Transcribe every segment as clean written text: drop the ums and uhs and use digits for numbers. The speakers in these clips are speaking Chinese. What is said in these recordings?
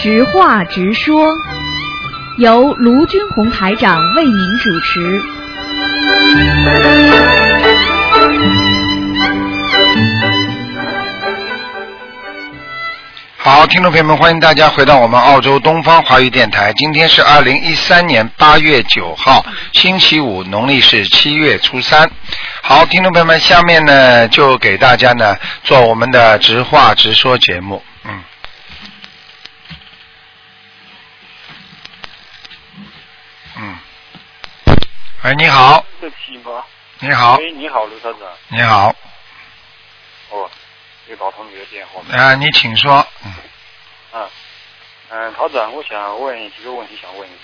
直话直说，由卢军红台长为您主持。 好，听众朋友们，欢迎大家回到我们澳洲东方华语电台。今天是2013年8月9号，星期五，农历是7月初3。好，听众朋友们，下面呢就给大家呢做我们的直话直说节目。喂，你好。 这期吗？ 你好。 喂，你好，卢台长。 你好。 哦，又打通你的电话。 你请说。 台长，我想问几个问题，想问你。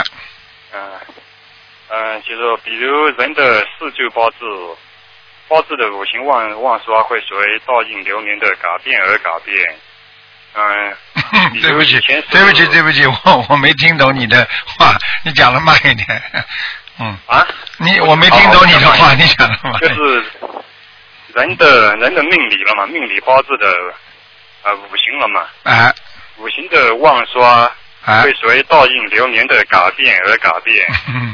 就是比如人的四柱八字的五行旺衰会随倒映流年的改变而改变。 对不起，我没听懂你的话，你讲的慢一点。我没听懂你的话，你讲的慢。 就是人的命理了嘛，命理八字的五行了嘛。五行的旺衰会随倒映流年的改变而改变。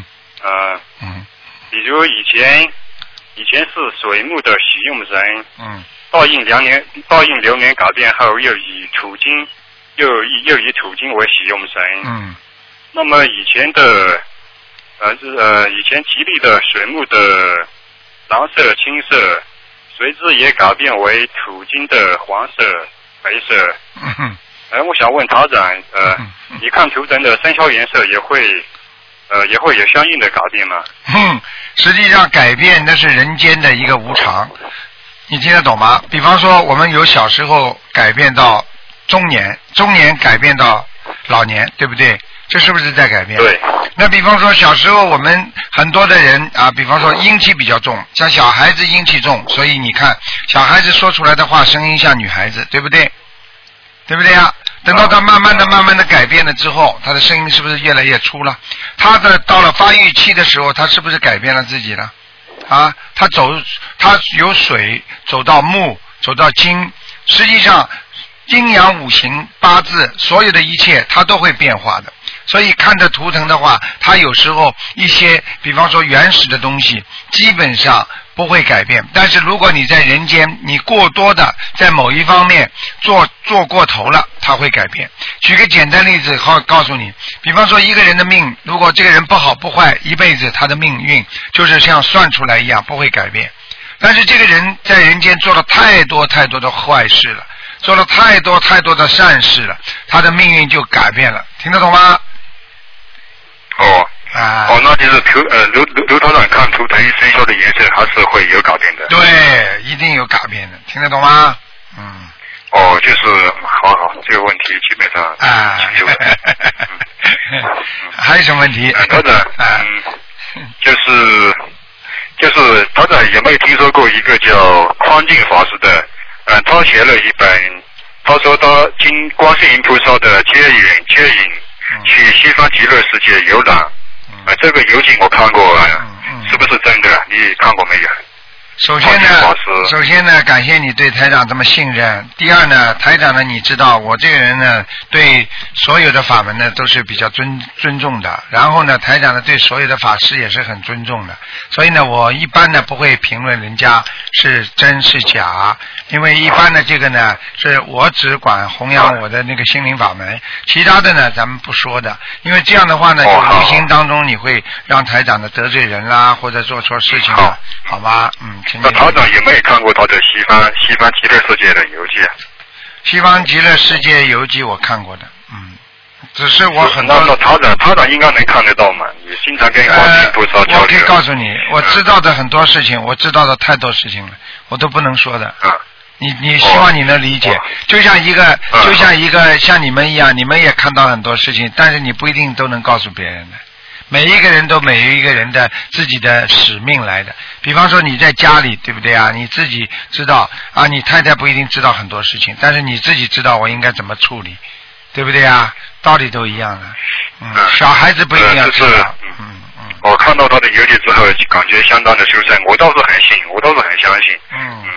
比如以前是水木的喜用神，倒映流年改变后，又以土金为喜用神。那么以前吉利的水木的蓝色、青色，随之也改变为土金的黄色、白色。我想问台长，你看图腾的生肖颜色也会有相应的改变吗？ 实际上改变那是人间的一个无常，你听得懂吗？比方说我们有小时候改变到中年改变到老年，对不对？这是不是在改变？ 对。 那比方说小时候我们很多的人比方说阴气比较重，像小孩子阴气重，所以你看小孩子说出来的话声音像女孩子，对不对？对不对呀？等到他慢慢的改变了之后，他的声音是不是越来越粗了？他到了发育期的时候，他是不是改变了自己了？他由水走到木，走到金，实际上阴阳五行八字所有的一切它都会变化的。所以看着图腾的话，它有时候一些比方说原始的东西基本上不会改变，但是如果你在人间你过多的在某一方面做过头了，它会改变。举个简单例子告诉你，比方说一个人的命，如果这个人不好不坏，一辈子他的命运就是像算出来一样不会改变。但是这个人在人间做了太多的坏事了，做了太多的善事了，他的命运就改变了。听得懂吗？ 那就是刘台长看图腾生肖的颜色还是会有改变的。 对，一定有改变的，听得懂吗？ 就是好，这个问题基本上清楚了。 还有什么问题？ 台长，就是台长有没有听说过一个叫匡静法师的？他写了一本，他说他经观世音菩萨的接引去西方极乐世界游览。这个游记我看过，是不是真的？你看过没有？ 首先呢，感谢你对台长这么信任。第二呢，台长呢，你知道我这个人呢，对所有的法门呢都是比较尊重的。然后呢，台长呢对所有的法师也是很尊重的。所以呢，我一般呢不会评论人家是真是假，因为一般的这个呢是我只管弘扬我的那个心灵法门，其他的呢咱们不说的。因为这样的话呢，就无形当中你会让台长的得罪人啦，或者做错事情了，好吗？ 那台长有没有看过他的西方极乐世界的游记？ 西方极乐世界游记我看过的，只是我很多。 那台长应该能看得到嘛？你经常跟观世音菩萨交流。 我可以告诉你，我知道的很多事情，我知道的太多事情了，我都不能说的。你希望你能理解，就像一个像你们一样，你们也看到很多事情，但是你不一定都能告诉别人的。每一个人都每一个人的自己的使命来的。比方说你在家里，对不对啊？你自己知道你太太不一定知道很多事情，但是你自己知道我应该怎么处理，对不对啊？道理都一样的。小孩子不一定要知道。 我看到他的游记之后，感觉相当的修正，我倒是很信，我倒是很相信。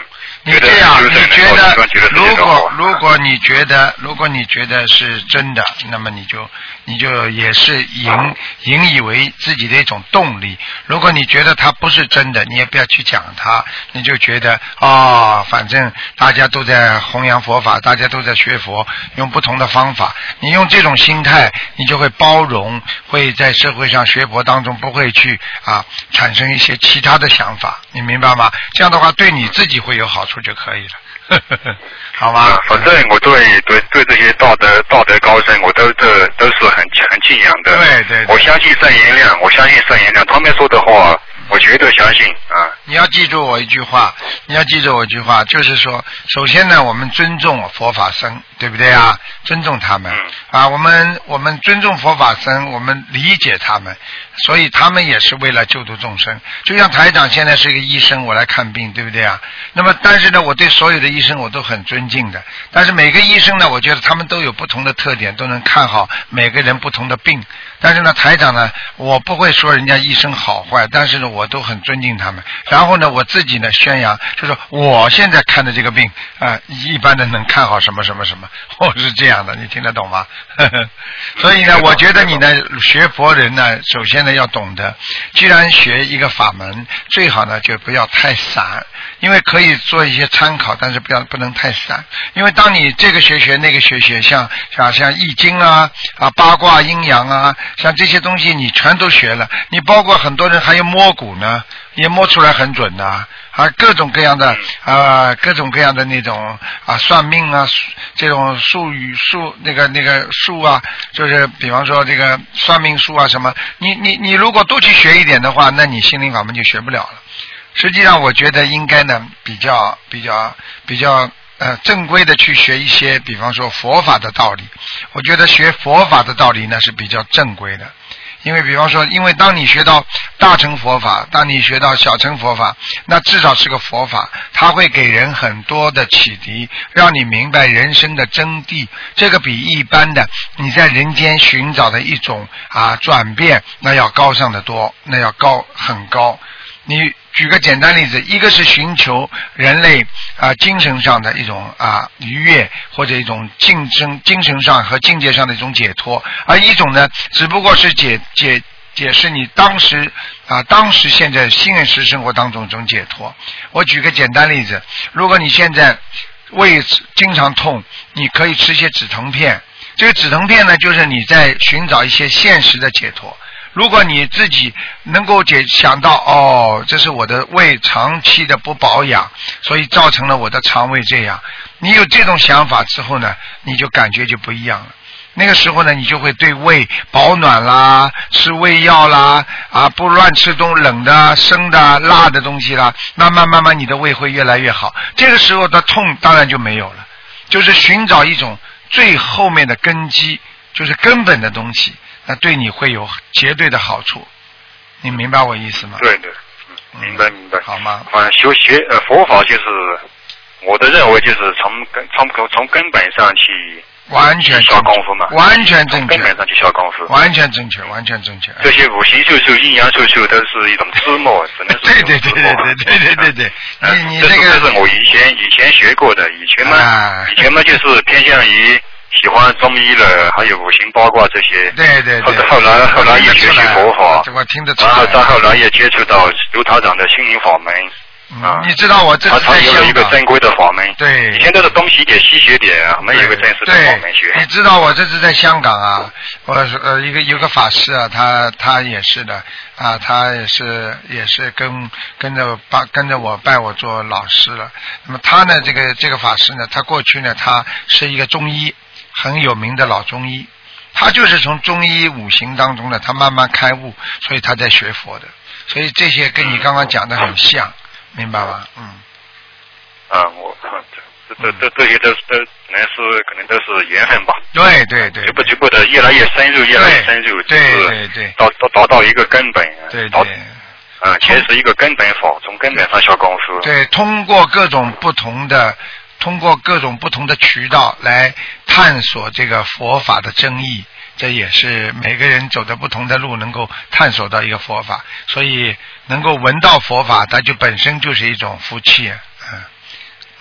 你这样，你觉得如果你觉得是真的，那么你就也是引以为自己的一种动力。如果你觉得它不是真的，你也不要去讲它，你就觉得反正大家都在弘扬佛法，大家都在学佛，用不同的方法，你用这种心态，你就会包容，会在社会上学佛当中不会去产生一些其他的想法，你明白吗？这样的话对你自己会有好处就可以了。好吗？ 反正我对这些道德高僧，我都是很敬仰的。 对， 我相信圣言量，他们说的话，我绝对相信啊。 你要记住我一句话，就是说，首先呢，我们尊重佛法僧，对不对啊？尊重他们我们尊重佛法僧，我们理解他们，所以他们也是为了救度众生。就像台长现在是一个医生，我来看病，对不对啊？那么但是呢，我对所有的医生我都很尊敬的，但是每个医生呢，我觉得他们都有不同的特点，都能看好每个人不同的病。但是呢，台长呢，我不会说人家医生好坏，但是呢，我都很尊敬他们。然后呢，我自己呢宣扬，就是说我现在看的这个病一般的能看好什么什么什么，我是这样的，你听得懂吗？所以呢，我觉得你呢学佛人呢，首先呢要懂得，既然学一个法门，最好呢就不要太散，因为可以做一些参考，但是不能太散。因为当你这个学那个学，像易经八卦阴阳像这些东西你全都学了，你包括很多人还有摸骨呢，也摸出来很准的各种各样的那种算命这种术语那个术就是比方说这个算命术什么，你如果都去学一点的话，那你心灵法门就学不了了。实际上我觉得应该呢比较正规的去学一些比方说佛法的道理，我觉得学佛法的道理呢是比较正规的。因为比方说，因为当你学到大乘佛法，当你学到小乘佛法，那至少是个佛法，它会给人很多的启迪，让你明白人生的真谛。这个比一般的你在人间寻找的一种转变，那要高尚得多，那要很高。你举个简单例子，一个是寻求人类精神上的一种愉悦，或者一种精神上和境界上的一种解脱，而一种呢只不过是解释你当时现在现实生活当中一种解脱。我举个简单例子，如果你现在胃经常痛，你可以吃一些止疼片，这个止疼片呢就是你在寻找一些现实的解脱。如果你自己能够想到这是我的胃长期的不保养，所以造成了我的肠胃这样，你有这种想法之后呢，你就感觉就不一样了。那个时候呢，你就会对胃保暖啦，吃胃药啦不乱吃冷的生的辣的东西啦，慢慢你的胃会越来越好，这个时候的痛当然就没有了。就是寻找一种最后面的根基，就是根本的东西，那对你会有绝对的好处。你明白我意思吗？ 对的，明白。 好吗？ 学佛法就是我的认为就是从根本上去完全下功夫嘛， 完全正确， 根本上去下功夫， 完全正确。 这些五行术数、阴阳术数都是一种芝麻，只能是对。你这个是我以前学过的，以前嘛就是偏向于喜欢中医了，还有五行八卦这些。 对。 后来也学习佛法， 我听得出来。 然后再后来也接触到卢台长的心灵法门。 你知道我这次在香港， 他有一个正规的法门。 对。 以前都是东西点西学点没有一个正式的法门学。 你知道我这次在香港我有个法师他也是的他也是跟着我拜我做老师了。那么他呢这个法师呢，他过去呢他是一个中医，很有名的老中医，他就是从中医五行当中呢他慢慢开悟，所以他在学佛的。所以这些跟你刚刚讲的很像，明白吗？ 这些都可能都是缘分吧。 对。 逐步的越来越深入，对，达到一个根本。对。其实是一个根本法，从根本上下功夫。 对，通过各种不同的渠道来探索这个佛法的真义。这也是每个人走的不同的路能够探索到一个佛法，所以能够闻到佛法，它就本身就是一种福气。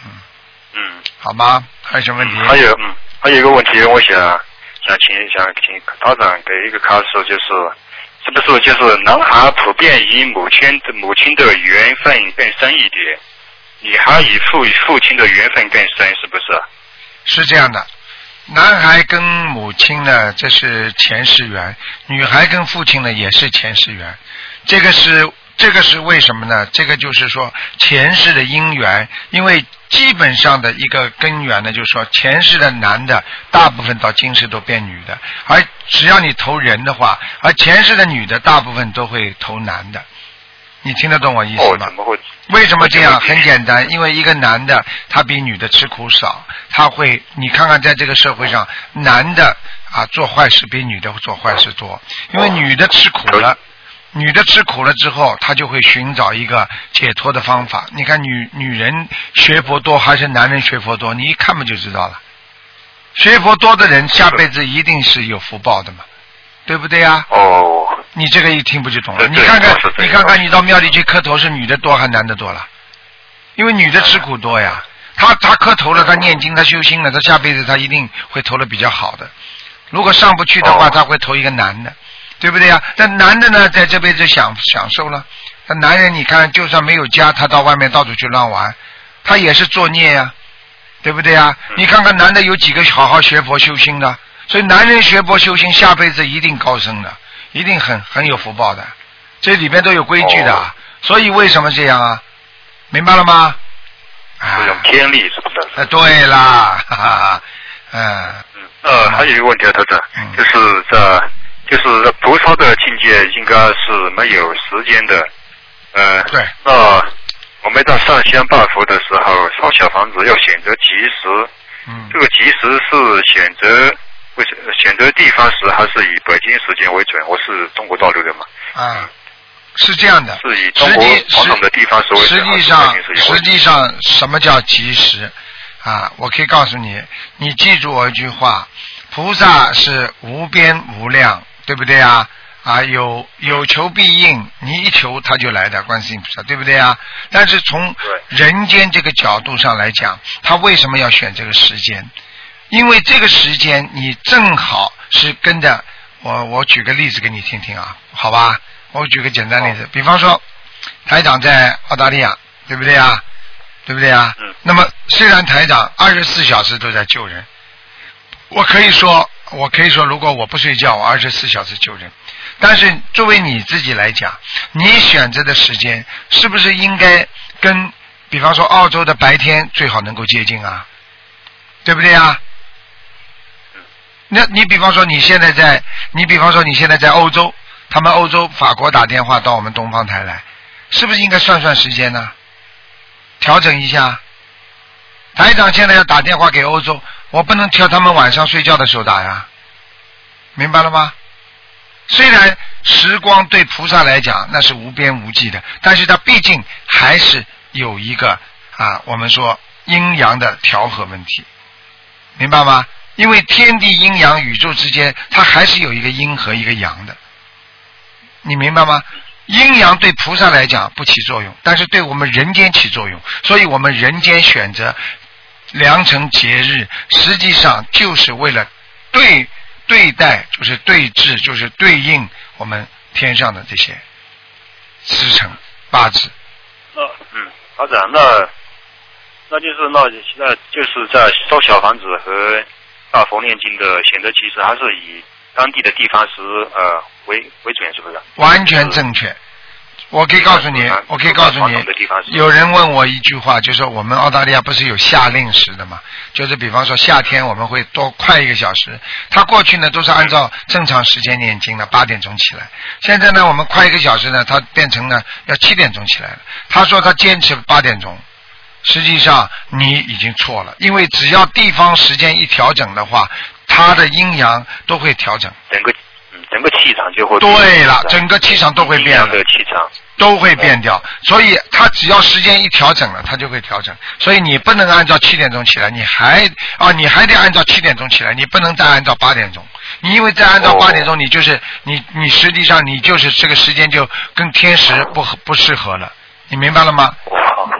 好吗？还有什么问题？ 还有一个问题，我想请道长给一个开示，是不是就是男孩普遍以母亲的缘分更深一点，女孩以父亲的缘分更深，是不是？ 是这样的，男孩跟母亲呢，这是前世缘；女孩跟父亲呢，也是前世缘。这个是为什么呢？这个就是说前世的因缘，因为基本上的一个根源呢，就是说前世的男的大部分到今世都变女的，而只要你投人的话，而前世的女的大部分都会投男的。你听得懂我意思吗？为什么这样？很简单，因为一个男的他比女的吃苦少，你看看在这个社会上，男的做坏事比女的做坏事多，因为女的吃苦了。女的吃苦了之后，她就会寻找一个解脱的方法。你看女人学佛多还是男人学佛多？你一看嘛就知道了。学佛多的人下辈子一定是有福报的嘛，对不对呀？你这个一听不就懂了？你看看你到庙里去磕头是女的多还是男的多了？因为女的吃苦多呀。她磕头了，她念经，她修心了，她下辈子她一定会投的比较好的。如果上不去的话，她会投一个男的。对不对呀？但男的呢，在这辈子享受了。那男人，你看，就算没有家，他到外面到处去乱玩，他也是作孽呀，对不对呀？你看看男的有几个好好学佛修心的？所以男人学佛修心，下辈子一定高升的，一定很有福报的。这里边都有规矩的。所以为什么这样啊？明白了吗？ 这种天理是不是？ 对啦，哈哈。还有一个问题，头子，就是菩萨的境界应该是没有时间的， 对。 那我们在上香拜佛的时候，烧小房子要选择吉时，这个吉时是选择地方时，还是以北京时间为准？我是中国大陆的嘛。 是这样的。 是以中国传统的地方时为准。 实际上，什么叫吉时？我可以告诉你，你记住我一句话：菩萨是无边无量。对不对啊？有求必应，你一求他就来的，观世音菩萨，对不对啊？但是从人间这个角度上来讲，他为什么要选这个时间？因为这个时间你正好是跟着我举个例子给你听听啊，好吧？我举个简单例子，比方说台长在澳大利亚，对不对啊？对不对啊？那么虽然台长24小时都在救人，我可以说，如果我不睡觉，我24小时救人。但是作为你自己来讲，你选择的时间是不是应该跟，比方说澳洲的白天最好能够接近啊？对不对啊？那你比方说你现在在欧洲，他们欧洲法国打电话到我们东方台来，是不是应该算时间呢？调整一下。台长现在要打电话给欧洲，我不能挑他们晚上睡觉的时候打呀，明白了吗？虽然时光对菩萨来讲那是无边无际的，但是它毕竟还是有一个我们说阴阳的调和问题，明白吗？因为天地阴阳宇宙之间，它还是有一个阴和一个阳的，你明白吗？阴阳对菩萨来讲不起作用，但是对我们人间起作用，所以我们人间选择良辰节日，实际上就是为了对待，就是对治，就是对应我们天上的这些时辰八字。 好的，那就是在烧小房子和大佛念经的选择吉时，还是以当地的地方时为准，是不是？ 完全正确。我可以告诉你，有人问我一句话，就是说我们澳大利亚不是有夏令时的嘛？就是比方说夏天我们会多快1个小时，他过去呢都是按照正常时间念经的，8点钟起来。现在呢我们快1个小时呢，他变成呢要7点钟起来了。他说他坚持8点钟，实际上你已经错了，因为只要地方时间一调整的话，它的阴阳都会调整。 整个气场就会对了，整个气场都会变了， 气场都会变掉。所以它只要时间一调整了，它就会调整。所以你不能按照7点钟起来，你还得按照7点钟起来，你不能再按照8点钟。你因为再按照8点钟，你就是你实际上你就是这个时间就跟天时不适合了，你明白了吗？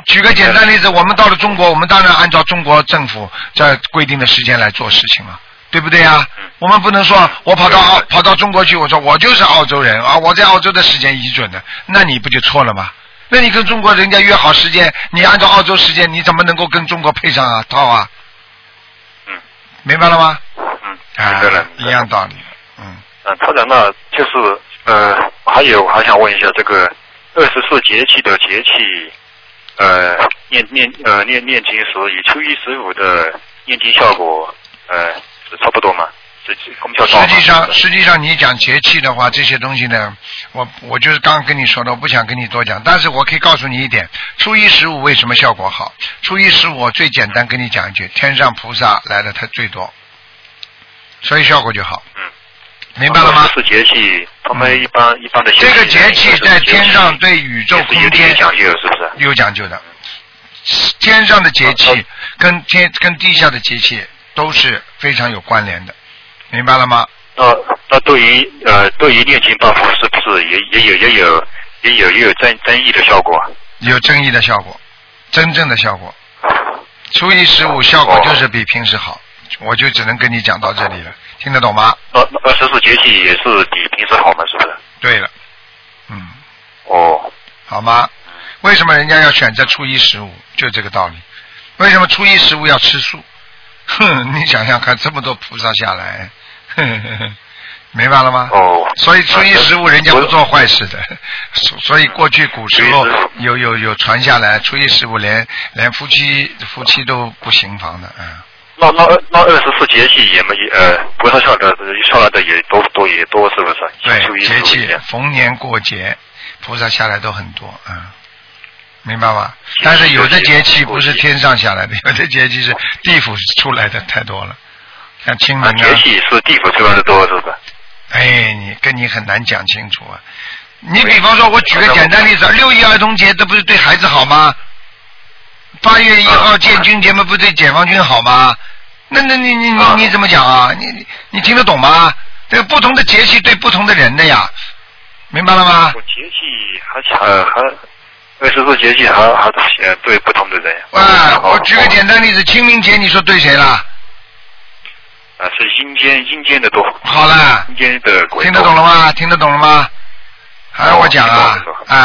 举个简单例子，我们到了中国，我们当然按照中国政府这规定的时间来做事情了，对不对呀？我们不能说我跑到中国去，我说我就是澳洲人啊，我在澳洲的时间依准的，那你不就错了吗？那你跟中国人家约好时间，你按照澳洲时间，你怎么能够跟中国配上啊套啊？明白了吗？ 明白了， 一样道理。 台长，那就是还想问一下这个24节气的节气，念经时以初一十五的念经效果，是差不多吗？ 实际上你讲节气的话，这些东西呢，我就是刚刚跟你说的，我不想跟你多讲，但是我可以告诉你一点，初一十五为什么效果好？初一十五我最简单跟你讲一句，天上菩萨来的它最多，所以效果就好。明白了吗？ 是节气，他们一般的这个节气在天上对宇宙空间有讲究，是不是？ 有讲究的。天上的节气跟地下的节气都是非常有关联的，明白了吗？ 那对于念经办法是不是也有增益的效果？ 有增益的效果，真正的效果。初一十五效果就是比平时好，我就只能跟你讲到这里了。听得懂吗 ？24节气也是比平时好吗？是不是？ 对了，好吗？为什么人家要选择初一十五？就这个道理。为什么初一十五要吃素？你想想看，这么多菩萨下来，明白了吗？所以初一十五人家不做坏事的，所以过去古时候有传下来，初一十五连夫妻都不行房的， 那24节气也没菩萨下来的也多，是不是？ 对，节气逢年过节，菩萨下来都很多，明白吗？但是有的节气不是天上下来的，有的节气是地府出来的，太多了，像清明节气是地府出来的多，是不是？ 你很难讲清楚啊。你比方说，我举个简单例子，6一儿童节，这不是对孩子好吗？8月1号建军节嘛，不对解放军好吗？那你怎么讲啊？你听得懂吗？这个不同的节气对不同的人的呀，明白了吗？ 节气还24节气还对不同的人。 我举个简单例子，清明节你说对谁了？ 是阴间的多。 好了， 阴间的鬼多。 听得懂了吗？听得懂了吗？还要我讲啊？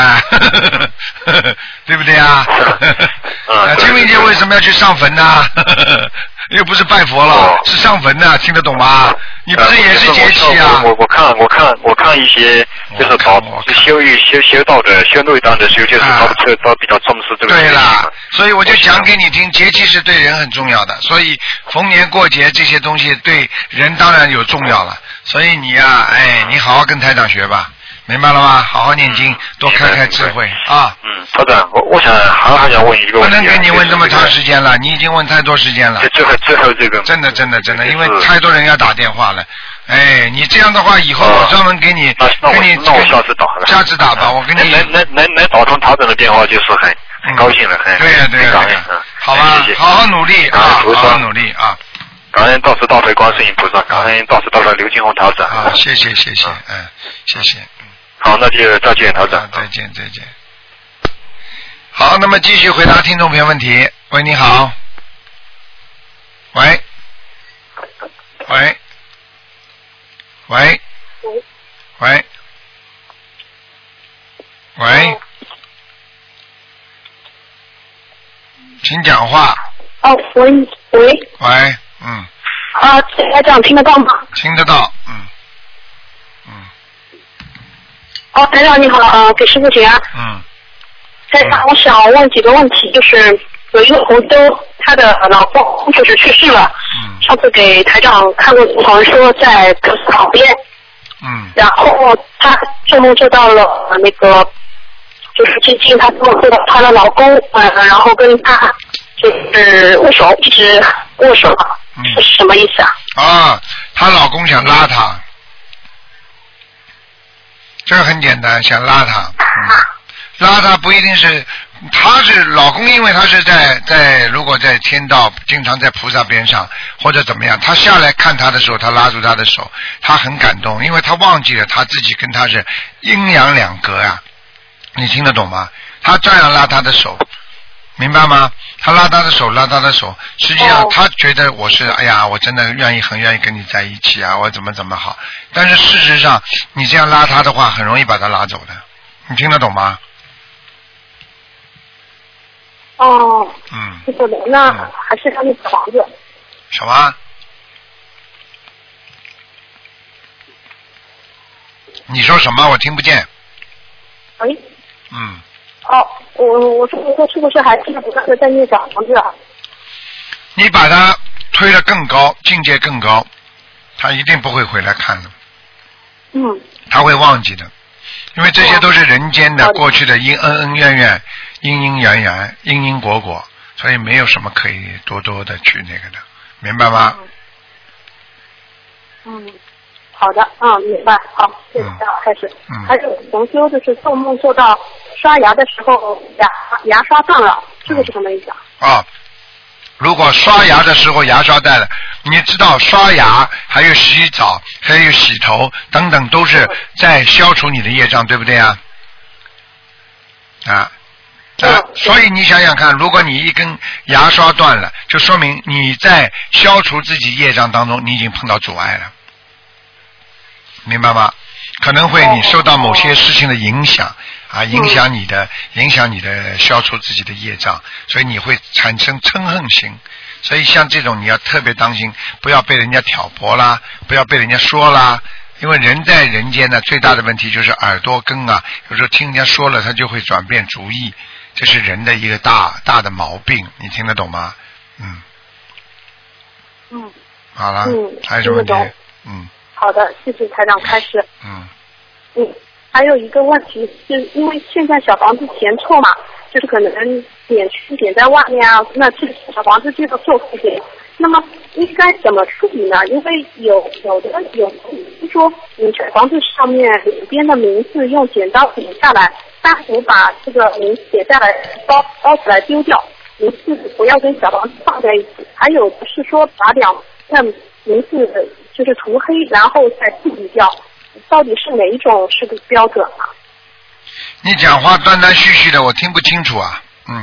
对不对啊？清明节为什么要去上坟呢？又不是拜佛了，是上坟的，听得懂吗？你不是也是节气啊？ 我看一些就是修道的修内丹的修，就是他比较重视这个。 对了，所以我就讲给你听，节气是对人很重要的，所以逢年过节这些东西对人当然有重要了。所以你呀，你好好跟台长学吧。明白了吗？好好念经，多开智慧啊！ 台长，我想还想问一个问题。 不能给你问这么长时间了，你已经问太多时间了。 最后这个。 真的，因为太多人要打电话了。你这样的话，以后我专门给你。 那我下次打了。 下次打吧，我给你。 能打通台长的电话就是很高兴了， 对呀，好吧，好好努力啊，好好努力啊！ 感恩大慈大悲观世音菩萨，感恩大慈大悲刘金红台长。 谢谢，谢谢。 好，那就再见，台长。 再见。好，那么继续回答听众朋友问题。喂，你好。喂。请讲话。 喂。台长听得到吗？ 听得到， 台长你好，给师傅请安。台长，我想问几个问题，就是有一个同修，她的老公就是去世了。上次给台长看过图腾，说在菩萨旁边。然后她做梦做到了那个，就是最近她做梦做到她的老公，然后跟她就是握手，一直握手，这是什么意思啊？ 她老公想拉她。这个很简单，想拉她，拉她不一定是，她是老公，因为他是在如果在天道，经常在菩萨边上或者怎么样，他下来看她的时候，他拉住她的手，他很感动，因为他忘记了他自己跟他是阴阳两隔啊，你听得懂吗？他照样拉她的手， 明白吗？他拉他的手，拉他的手，实际上他觉得我是，哎呀，我真的很愿意跟你在一起啊，我怎么好。但是事实上，你这样拉他的话，很容易把他拉走的。你听得懂吗？ 哦。嗯。听得懂，那还是他那个房子。 什么？你说什么？我听不见。 哎。 嗯。 哦，我说是不是还是不断的在念小房子啊？ 你把他推得更高，境界更高，他一定不会回来看的。 嗯。 他会忘记的，因为这些都是人间的过去的恩恩怨怨、因因缘缘、因因果果，所以没有什么可以多的去那个的，明白吗？ 嗯。好的，明白。好，谢谢大家开始。还有同修就是做梦做到刷牙的时候牙刷断了，这个是什么意思啊？ 如果刷牙的时候牙刷断了，你知道刷牙还有洗澡还有洗头等等都是在消除你的业障，对不对啊？所以你想想看，如果你一根牙刷断了，就说明你在消除自己业障当中你已经碰到阻碍了，明白吗？可能会你受到某些事情的影响影响你的消除自己的业障，所以你会产生嗔恨心。所以像这种你要特别当心，不要被人家挑拨啦，不要被人家说啦。因为人在人间呢，最大的问题就是耳朵根有时候听人家说了，他就会转变主意，这是人的一个大的毛病，你听得懂吗？好了，还有什么问题？ 好的，谢谢台长开始。还有一个问题，就是因为现在小房子嫌臭嘛，就是可能点去点在外面那这小房子这个作废点，那么应该怎么处理呢？因为有说你小房子上面两边的名字用剪刀剪下来，单独把这个名字剪下来包起来丢掉，名字不要跟小房子放在一起。还有是说把两个名字就是涂黑，然后再处理掉。到底是哪一种是个标准啊？ 你讲话断断续续的，我听不清楚啊。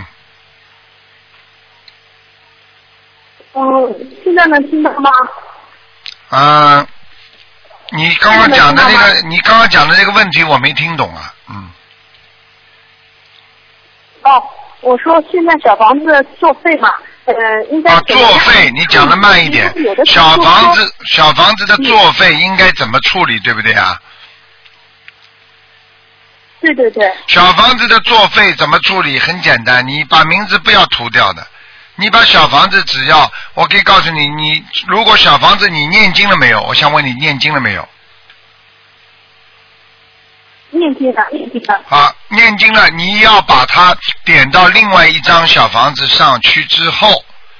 现在能听到吗？ 你刚刚讲的这个问题我没听懂啊。 我说现在小房子作废嘛，应该作废，你讲的慢一点。小房子的作废应该怎么处理，对不对啊？ 对。 小房子的作废怎么处理？很简单，你把名字不要涂掉的，你把小房子只要，我可以告诉你，你如果小房子你念经了没有？我想问你念经了没有？ 念经了。 念经了，你要把它点到另外一张小房子上去之后，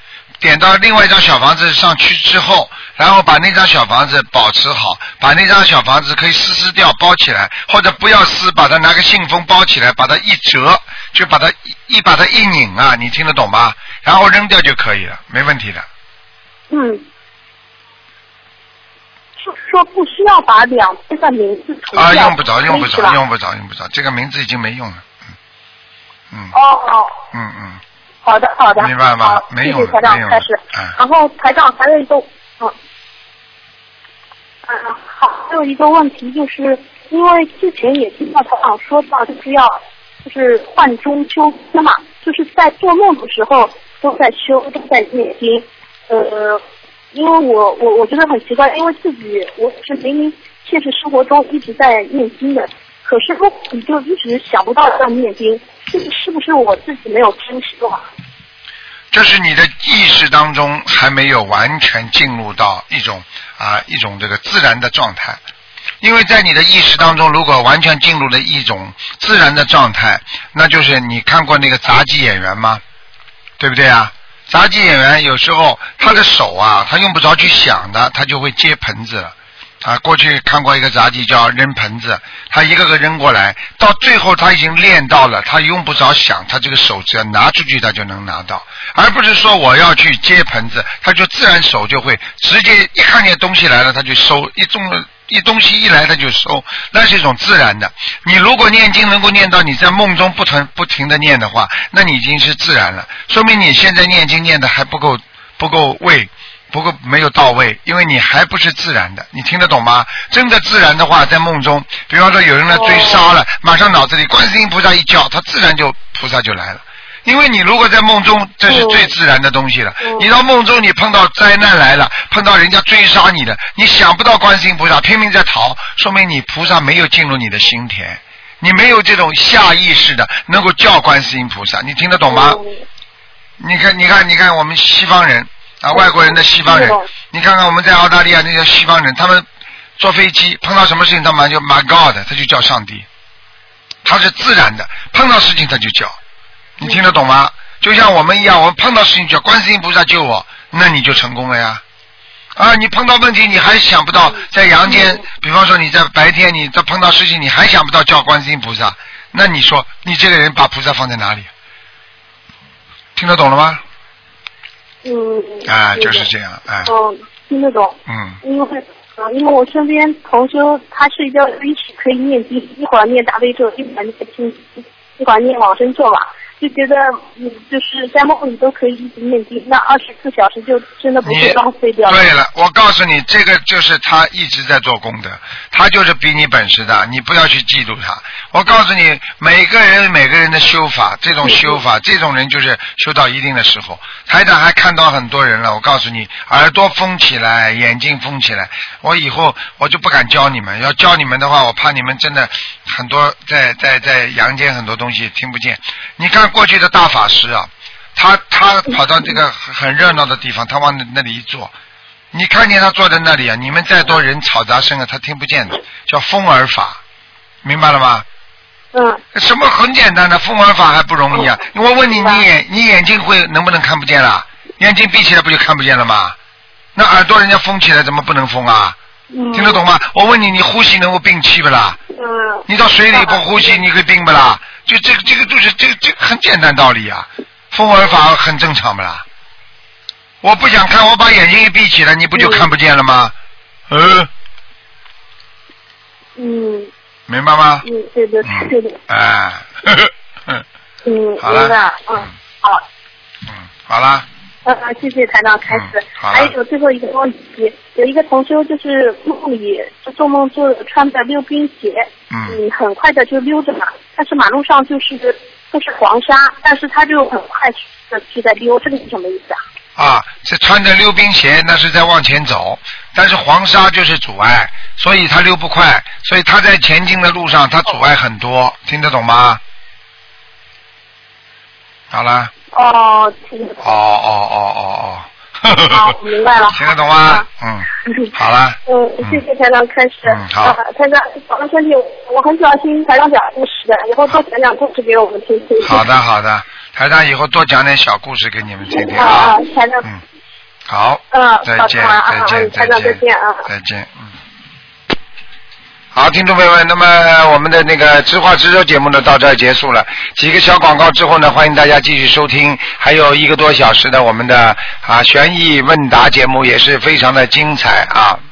然后把那张小房子保持好，把那张小房子可以撕掉包起来，或者不要撕，把它拿个信封包起来，把它一折，就把它一拧你听得懂吗？然后扔掉就可以了，没问题的。 说不需要把两边的名字涂掉。 用不着，这个名字已经没用了。 好的。 明白吗？没用了。 谢谢台长开始。然后台长还有一个还有一个问题，就是因为之前也听到台长说到，就是换中修身嘛，就是在做梦的时候都在修，都在念经。因为我觉得很奇怪，因为我是明明现实生活中一直在念经的，可是你就一直想不到要念经，是不是我自己没有听说啊？ 这是你的意识当中还没有完全进入到一种这个自然的状态，因为在你的意识当中，如果完全进入了一种自然的状态，那就是你看过那个杂技演员吗？对不对啊？杂技演员有时候他的手他用不着去想的，他就会接盆子了。过去看过一个杂技叫扔盆子，他一个个扔过来，到最后他已经练到了，他用不着想，他这个手只要拿出去他就能拿到，而不是说我要去接盆子，他就自然手就会直接一看见东西来了他就收， 东西一来它就收，那是一种自然的。你如果念经能够念到你在梦中不停的念的话，那你已经是自然了，说明你现在念经念的还不够位，没有到位，因为你还不是自然的，你听得懂吗？真的自然的话，在梦中，比方说有人来追杀了，马上脑子里观世音菩萨一叫，他自然菩萨就来了。因为你如果在梦中，这是最自然的东西了。你到梦中，你碰到灾难来了，碰到人家追杀你的，你想不到观世音菩萨，拼命在逃，说明你菩萨没有进入你的心田，你没有这种下意识的能够叫观世音菩萨，你听得懂吗？你看我们西方人啊，外国人的西方人，你看看我们在澳大利亚那些西方人，他们坐飞机碰到什么事情，他们就 My God， 他就叫上帝，他是自然的，碰到事情他就叫。你听得懂吗？就像我们一样，我们碰到事情叫观世音菩萨救我，那你就成功了呀。啊，你碰到问题你还想不到在阳间，比方说你在白天你在碰到事情你还想不到叫观世音菩萨，那你说你这个人把菩萨放在哪里？听得懂了吗？就是这样， 听得懂。因为我身边同修他睡觉一起可以念经，一会儿念大悲咒，一会儿念心经，一会儿念往生咒嘛，就觉得就是在梦里都可以一直念经，那24小时就真的不会浪费掉了。 对了，我告诉你，这个就是他一直在做功德，他就是比你本事的，你不要去嫉妒他。我告诉你，每个人的修法，这种修法，这种人就是修到一定的时候。台长还看到很多人了，我告诉你，耳朵封起来，眼睛封起来，我以后我就不敢教你们，要教你们的话，我怕你们真的很多在阳间很多东西听不见。你看过去的大法师啊，他跑到这个很热闹的地方，他往那里一坐，你看见他坐在那里啊，你们再多人嘈杂声啊，他听不见的，叫风耳法，明白了吗？什么很简单的风耳法还不容易啊？我问你，你眼睛能不能看不见了？眼睛闭起来不就看不见了吗？那耳朵人家封起来怎么不能封啊？听得懂吗？我问你，你呼吸能够屏气不啦？你到水里不呼吸，你可以屏不啦？就这个就是这个很简单道理啊，风耳法很正常不啦？我不想看，我把眼睛一闭起来，你不就看不见了吗？明白吗？ 对的。 好了。 好。 好了。 谢谢台长开始。还有最后一个问题，有一个同修就是梦里做梦做穿着溜冰鞋，很快的就溜着嘛，但是马路上就是都是黄沙，但是他就很快的就在溜，这个是什么意思啊？ 是穿着溜冰鞋，那是在往前走，但是黄沙就是阻碍，所以他溜不快，所以他在前进的路上他阻碍很多，听得懂吗？好了。 听得懂。 好， 明白了。 听得懂吗？好了。 谢谢台长开始。 好。 台长，保重身体。我很喜欢听台长讲故事的，以后多讲讲故事给我们听听。 好的，台长以后多讲点小故事给你们听听啊。台长。 好。再见。 台长再见啊。 再见。好，听众朋友们，那么我们的那个知话直说节目呢到这儿结束了，几个小广告之后呢，欢迎大家继续收听，还有1个多小时的我们的悬疑问答节目也是非常的精彩啊。